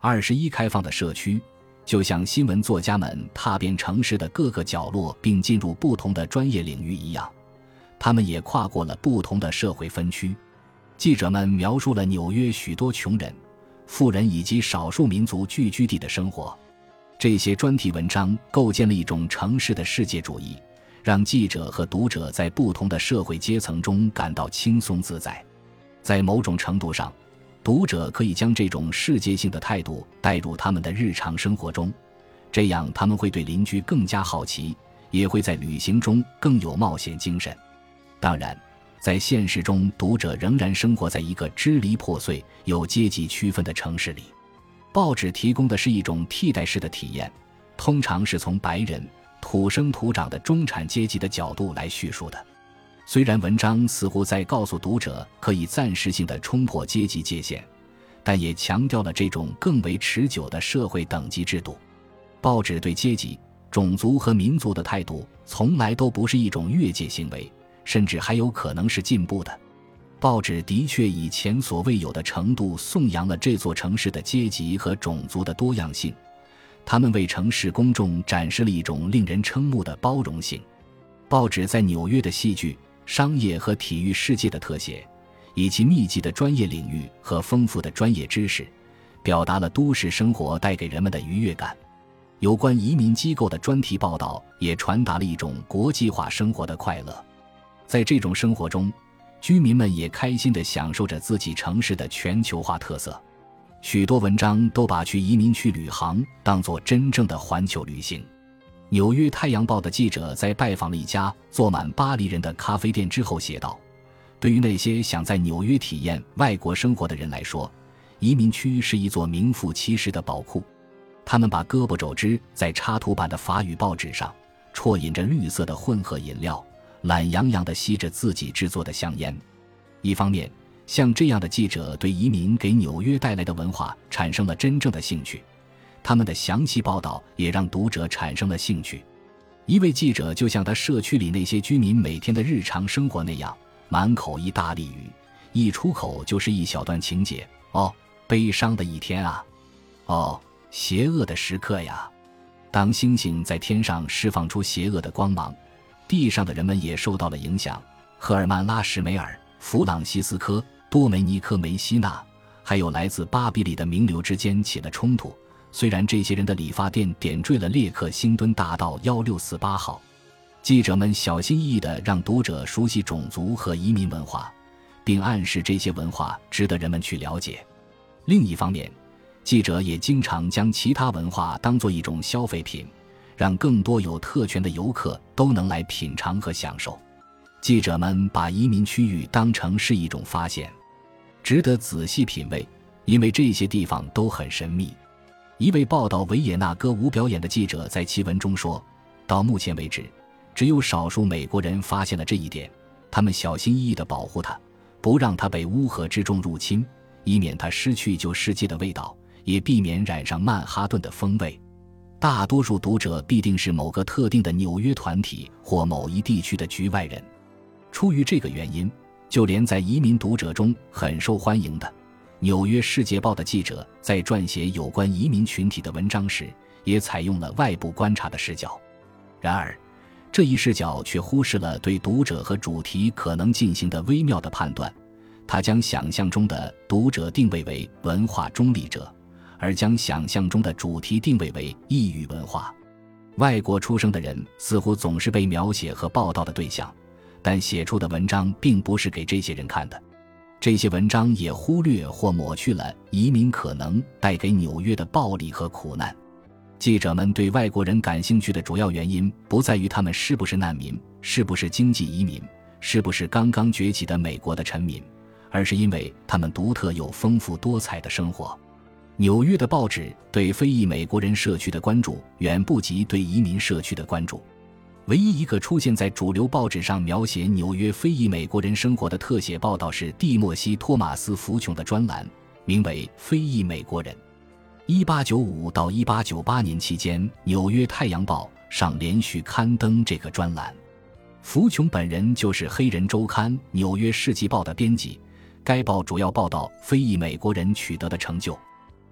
21开放的社区就像新闻作家们踏遍城市的各个角落并进入不同的专业领域一样，他们也跨过了不同的社会分区。记者们描述了纽约许多穷人、富人以及少数民族聚居地的生活。这些专题文章构建了一种城市的世界主义，让记者和读者在不同的社会阶层中感到轻松自在。在某种程度上，读者可以将这种世界性的态度带入他们的日常生活中，这样他们会对邻居更加好奇，也会在旅行中更有冒险精神。当然，在现实中，读者仍然生活在一个支离破碎、有阶级区分的城市里。报纸提供的是一种替代式的体验，通常是从白人、土生土长的中产阶级的角度来叙述的。虽然文章似乎在告诉读者可以暂时性地冲破阶级界限，但也强调了这种更为持久的社会等级制度。报纸对阶级、种族和民族的态度从来都不是一种越界行为，甚至还有可能是进步的。报纸的确以前所未有的程度颂扬了这座城市的阶级和种族的多样性，他们为城市公众展示了一种令人瞠目的包容性。报纸在纽约的戏剧、商业和体育世界的特写，以及密集的专业领域和丰富的专业知识，表达了都市生活带给人们的愉悦感。有关移民机构的专题报道也传达了一种国际化生活的快乐。在这种生活中，居民们也开心地享受着自己城市的全球化特色。许多文章都把去移民区旅行当作真正的环球旅行。纽约太阳报的记者在拜访了一家坐满巴黎人的咖啡店之后写道，对于那些想在纽约体验外国生活的人来说，移民区是一座名副其实的宝库。他们把胳膊肘支在插图版的法语报纸上，啜饮着绿色的混合饮料，懒洋洋地吸着自己制作的香烟。一方面，像这样的记者对移民给纽约带来的文化产生了真正的兴趣，他们的详细报道也让读者产生了兴趣。一位记者就像他社区里那些居民每天的日常生活那样，满口意大利语，一出口就是一小段情节。哦，悲伤的一天啊！哦，邪恶的时刻呀！当星星在天上释放出邪恶的光芒，地上的人们也受到了影响。赫尔曼·拉什梅尔、弗朗西斯科·多梅尼科·梅西纳还有来自巴比里的名流之间起了冲突，虽然这些人的理发店点缀了列克星敦大道1648号。记者们小心翼翼地让读者熟悉种族和移民文化，并暗示这些文化值得人们去了解。另一方面，记者也经常将其他文化当作一种消费品，让更多有特权的游客都能来品尝和享受。记者们把移民区域当成是一种发现，值得仔细品味，因为这些地方都很神秘。一位报道维也纳歌舞表演的记者在其文中说，到目前为止，只有少数美国人发现了这一点，他们小心翼翼地保护它，不让它被乌合之众入侵，以免它失去旧世界的味道，也避免染上曼哈顿的风味。大多数读者必定是某个特定的纽约团体或某一地区的局外人。出于这个原因，就连在移民读者中很受欢迎的《纽约世界报》的记者在撰写有关移民群体的文章时，也采用了外部观察的视角。然而，这一视角却忽视了对读者和主题可能进行的微妙的判断。他将想象中的读者定位为文化中立者，而将想象中的主题定位为异域文化。外国出生的人似乎总是被描写和报道的对象，但写出的文章并不是给这些人看的。这些文章也忽略或抹去了移民可能带给纽约的暴力和苦难。记者们对外国人感兴趣的主要原因不在于他们是不是难民，是不是经济移民，是不是刚刚崛起的美国的臣民，而是因为他们独特又丰富多彩的生活。纽约的报纸对非裔美国人社区的关注远不及对移民社区的关注。唯一一个出现在主流报纸上描写纽约非裔美国人生活的特写报道是蒂莫西·托马斯·福琼的专栏，名为《非裔美国人》。1895到1898年期间，《纽约太阳报》上连续刊登这个专栏。福琼本人就是黑人周刊《纽约世纪报》的编辑，该报主要报道非裔美国人取得的成就。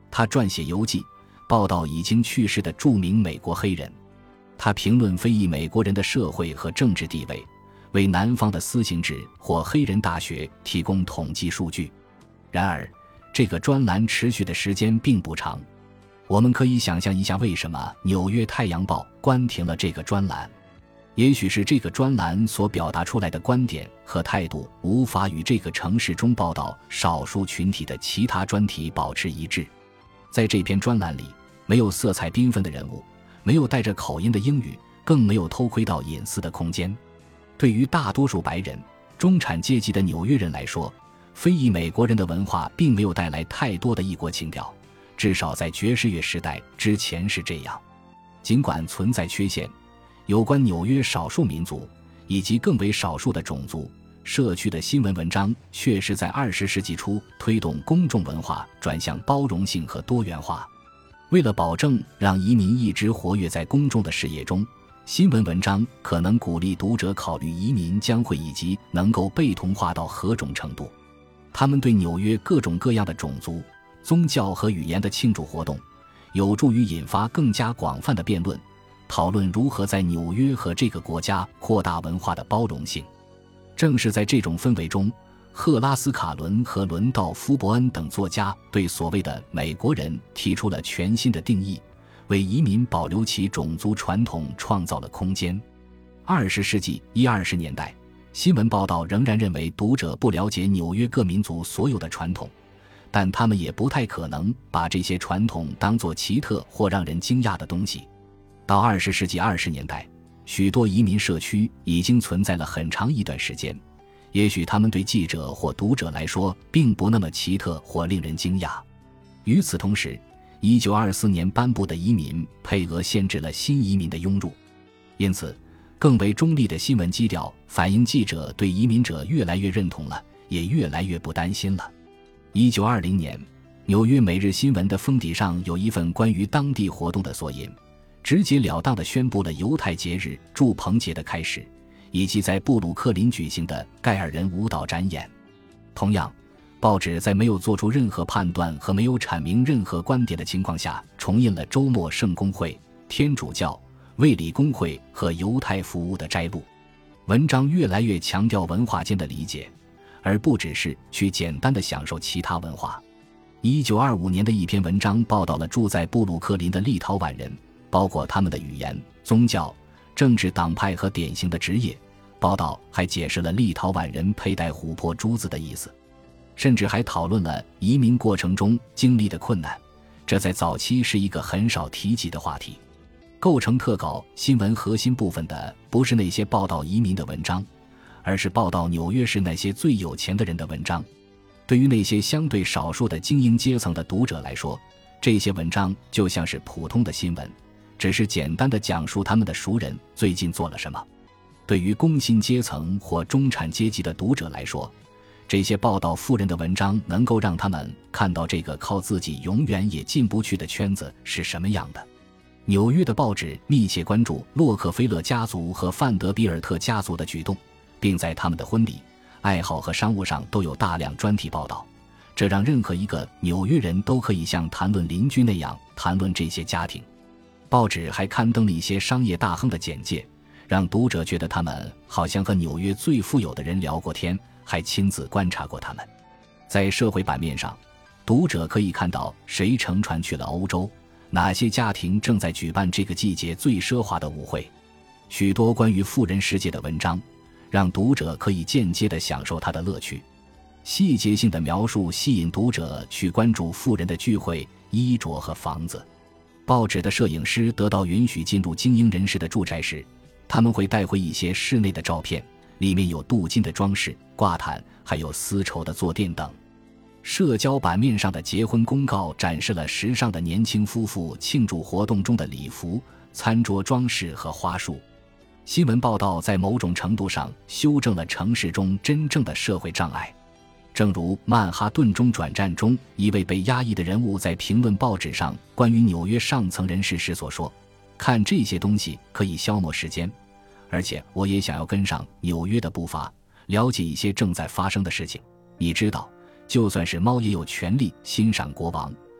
他撰写游记，报道已经去世的著名美国黑人。他评论非裔美国人的社会和政治地位，为南方的私刑制或黑人大学提供统计数据。然而，这个专栏持续的时间并不长。我们可以想象一下，为什么《纽约太阳报》关停了这个专栏。也许是这个专栏所表达出来的观点和态度无法与这个城市中报道少数群体的其他专题保持一致。在这篇专栏里，没有色彩缤纷的人物，没有带着口音的英语，更没有偷窥到隐私的空间。对于大多数白人、中产阶级的纽约人来说，非裔美国人的文化并没有带来太多的异国情调，至少在爵士乐时代之前是这样。尽管存在缺陷，有关纽约少数民族以及更为少数的种族社区的新闻文章确实在20世纪初推动公众文化转向包容性和多元化。为了保证让移民一直活跃在公众的视野中，新闻文章可能鼓励读者考虑移民将会以及能够被同化到何种程度。他们对纽约各种各样的种族、宗教和语言的庆祝活动，有助于引发更加广泛的辩论，讨论如何在纽约和这个国家扩大文化的包容性。正是在这种氛围中，赫拉斯·卡伦和伦道夫·伯恩等作家对所谓的美国人提出了全新的定义，为移民保留其种族传统创造了空间。20世纪20年代，新闻报道仍然认为读者不了解纽约各民族所有的传统，但他们也不太可能把这些传统当作奇特或让人惊讶的东西。到20世纪20年代，许多移民社区已经存在了很长一段时间，也许他们对记者或读者来说并不那么奇特或令人惊讶。与此同时，1924年颁布的移民配额限制了新移民的涌入，因此更为中立的新闻基调反映记者对移民者越来越认同了，也越来越不担心了。1920年，纽约每日新闻的封底上有一份关于当地活动的索引，直截了当地宣布了犹太节日祝棚节的开始，以及在布鲁克林举行的盖尔人舞蹈展演。同样，报纸在没有做出任何判断和没有阐明任何观点的情况下，重印了周末圣公会、天主教、卫理公会和犹太服务的摘录。文章越来越强调文化间的理解，而不只是去简单地享受其他文化。1925年的一篇文章报道了住在布鲁克林的立陶宛人，包括他们的语言、宗教、政治党派和典型的职业。报道还解释了立陶宛人佩戴琥珀珠子的意思，甚至还讨论了移民过程中经历的困难，这在早期是一个很少提及的话题。构成特稿新闻核心部分的不是那些报道移民的文章，而是报道纽约市那些最有钱的人的文章。对于那些相对少数的精英阶层的读者来说，这些文章就像是普通的新闻，只是简单地讲述他们的熟人最近做了什么。对于工薪阶层或中产阶级的读者来说，这些报道富人的文章能够让他们看到这个靠自己永远也进不去的圈子是什么样的。纽约的报纸密切关注洛克菲勒家族和范德比尔特家族的举动，并在他们的婚礼、爱好和商务上都有大量专题报道，这让任何一个纽约人都可以像谈论邻居那样谈论这些家庭。报纸还刊登了一些商业大亨的简介，让读者觉得他们好像和纽约最富有的人聊过天，还亲自观察过他们。在社会版面上，读者可以看到谁乘船去了欧洲，哪些家庭正在举办这个季节最奢华的舞会。许多关于富人世界的文章让读者可以间接地享受它的乐趣。细节性的描述吸引读者去关注富人的聚会、衣着和房子。报纸的摄影师得到允许进入精英人士的住宅时，他们会带回一些室内的照片，里面有镀金的装饰、挂毯，还有丝绸的坐垫等。社交版面上的结婚公告展示了时尚的年轻夫妇庆祝活动中的礼服、餐桌装饰和花束。新闻报道在某种程度上修正了城市中真正的社会障碍。正如曼哈顿中转站中一位被压抑的人物在评论报纸上关于纽约上层人士时所说，看这些东西可以消磨时间，而且我也想要跟上纽约的步伐，了解一些正在发生的事情。你知道，就算是猫也有权利欣赏国王、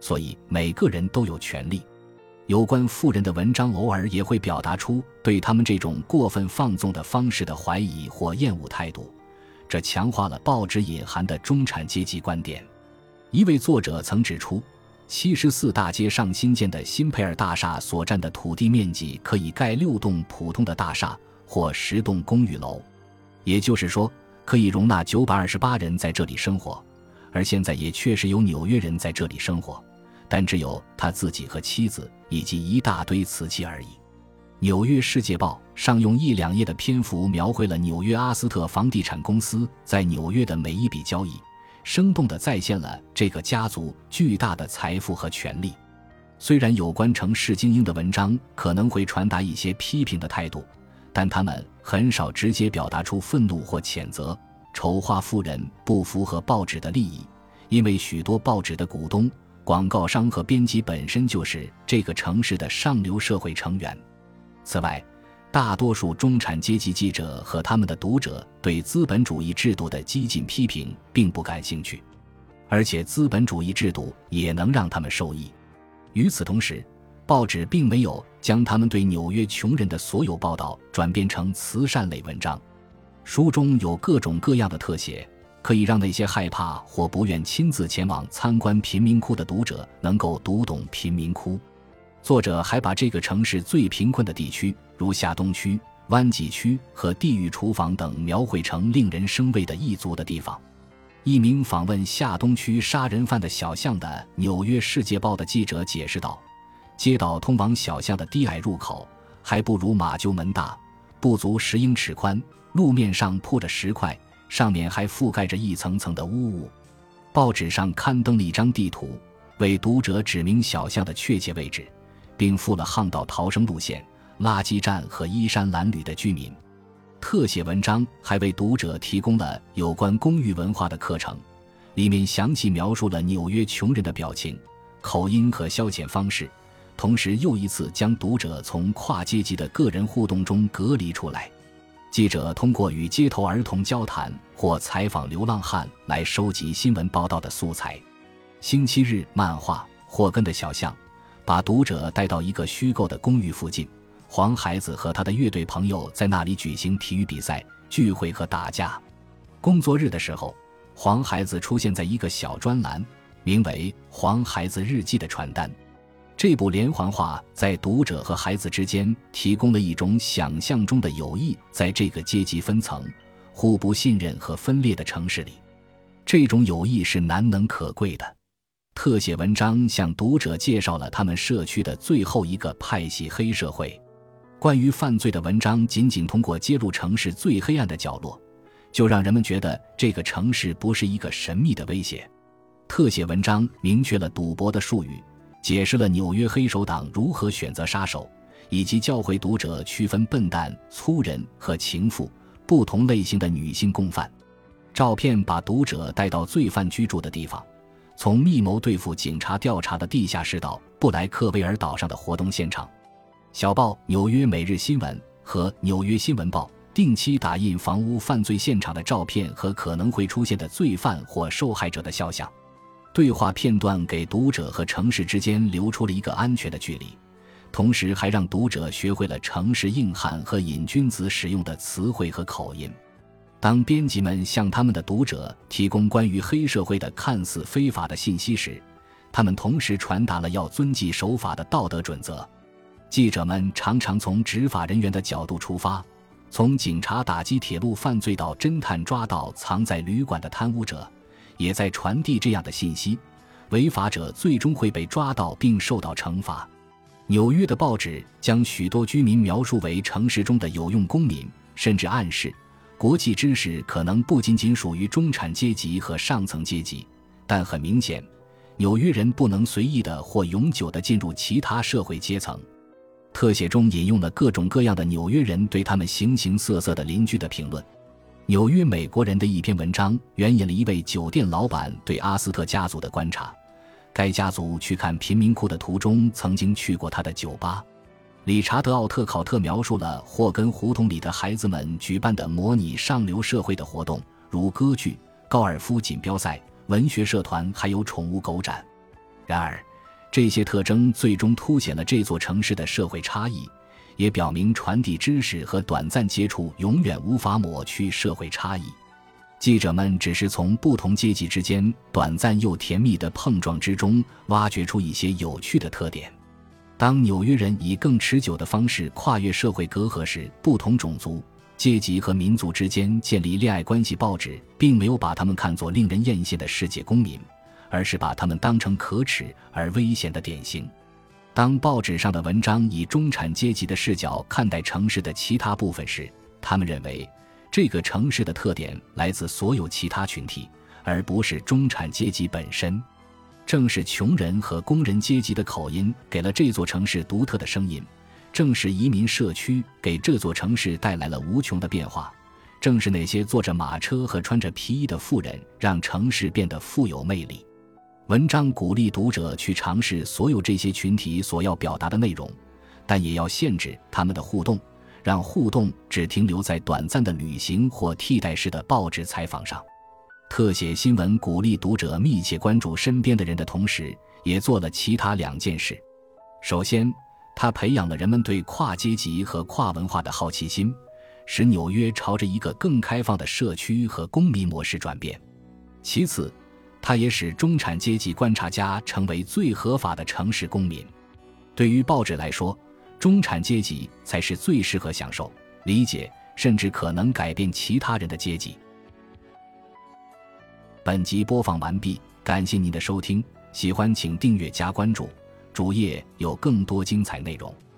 所以每个人都有权利。有关富人的文章偶尔也会表达出对他们这种过分放纵的方式的怀疑或厌恶态度，这强化了报纸隐含的中产阶级观点。一位作者曾指出，74大街上新建的新佩尔大厦所占的土地面积可以盖6栋普通的大厦或10栋公寓楼，也就是说可以容纳928人在这里生活，而现在也确实有纽约人在这里生活，但只有他自己和妻子以及一大堆瓷器而已。纽约世界报上用1、2页的篇幅描绘了纽约阿斯特房地产公司在纽约的每一笔交易，生动地再现了这个家族巨大的财富和权力。虽然有关城市精英的文章可能会传达一些批评的态度，但他们很少直接表达出愤怒或谴责，丑化富人不符合报纸的利益，因为许多报纸的股东、广告商和编辑本身就是这个城市的上流社会成员。此外，大多数中产阶级记者和他们的读者对资本主义制度的激进批评并不感兴趣，而且资本主义制度也能让他们受益。与此同时，报纸并没有将他们对纽约穷人的所有报道转变成慈善类文章。书中有各种各样的特写，可以让那些害怕或不愿亲自前往参观贫民窟的读者能够读懂贫民窟。作者还把这个城市最贫困的地区，如下东区、湾仔区和地狱厨房等描绘成令人生畏的异族的地方。一名访问下东区杀人犯的小巷的《纽约世界报》的记者解释道，街道通往小巷的低矮入口还不如马厩门大，不足10英尺宽，路面上铺着石块，上面还覆盖着一层层的污物。报纸上刊登了一张地图，为读者指明小巷的确切位置，并附了巷道逃生路线、垃圾站和衣衫褴褛的居民。特写文章还为读者提供了有关公寓文化的课程，里面详细描述了纽约穷人的表情、口音和消遣方式，同时又一次将读者从跨阶级的个人互动中隔离出来。记者通过与街头儿童交谈或采访流浪汉来收集新闻报道的素材。星期日漫画霍根的小巷把读者带到一个虚构的公寓附近，黄孩子和他的乐队朋友在那里举行体育比赛、聚会和打架。工作日的时候，黄孩子出现在一个小专栏，名为《黄孩子日记》的传单。这部连环画在读者和孩子之间提供了一种想象中的友谊，在这个阶级分层、互不信任和分裂的城市里，这种友谊是难能可贵的。特写文章向读者介绍了他们社区的最后一个派系黑社会。关于犯罪的文章仅仅通过揭露城市最黑暗的角落，就让人们觉得这个城市不是一个神秘的威胁。特写文章明确了赌博的术语，解释了纽约黑手党如何选择杀手，以及教会读者区分笨蛋、粗人和情妇不同类型的女性共犯。照片把读者带到罪犯居住的地方，从密谋对付警察调查的地下室到布莱克维尔岛上的活动现场。小报《纽约每日新闻》和《纽约新闻报》定期打印房屋犯罪现场的照片和可能会出现的罪犯或受害者的肖像。对话片段给读者和城市之间留出了一个安全的距离，同时还让读者学会了城市硬汉和瘾君子使用的词汇和口音。当编辑们向他们的读者提供关于黑社会的看似非法的信息时，他们同时传达了要遵纪守法的道德准则。记者们常常从执法人员的角度出发，从警察打击铁路犯罪到侦探抓到藏在旅馆的贪污者，也在传递这样的信息：违法者最终会被抓到并受到惩罚。纽约的报纸将许多居民描述为城市中的有用公民，甚至暗示国际知识可能不仅仅属于中产阶级和上层阶级，但很明显，纽约人不能随意的或永久的进入其他社会阶层。特写中引用了各种各样的纽约人对他们形形色色的邻居的评论。纽约美国人的一篇文章援引了一位酒店老板对阿斯特家族的观察，该家族去看贫民窟的途中曾经去过他的酒吧。理查德·奥特考特描述了霍根胡同里的孩子们举办的模拟上流社会的活动，如歌剧、高尔夫锦标赛、文学社团还有宠物狗展。然而这些特征最终凸显了这座城市的社会差异，也表明传递知识和短暂接触永远无法抹去社会差异。记者们只是从不同阶级之间短暂又甜蜜的碰撞之中挖掘出一些有趣的特点。当纽约人以更持久的方式跨越社会隔阂时，不同种族、阶级和民族之间建立恋爱关系，报纸并没有把他们看作令人艳羡的世界公民，而是把他们当成可耻而危险的典型。当报纸上的文章以中产阶级的视角看待城市的其他部分时，他们认为这个城市的特点来自所有其他群体，而不是中产阶级本身。正是穷人和工人阶级的口音给了这座城市独特的声音，正是移民社区给这座城市带来了无穷的变化，正是那些坐着马车和穿着皮衣的富人让城市变得富有魅力。文章鼓励读者去尝试所有这些群体所要表达的内容，但也要限制他们的互动，让互动只停留在短暂的旅行或替代式的报纸采访上。特写新闻鼓励读者密切关注身边的人的同时，也做了其他2件事。首先，它培养了人们对跨阶级和跨文化的好奇心，使纽约朝着一个更开放的社区和公民模式转变。其次，它也使中产阶级观察家成为最合法的城市公民。对于报纸来说，中产阶级才是最适合享受、理解，甚至可能改变其他人的阶级。本集播放完毕，感谢您的收听，喜欢请订阅加关注，主页有更多精彩内容。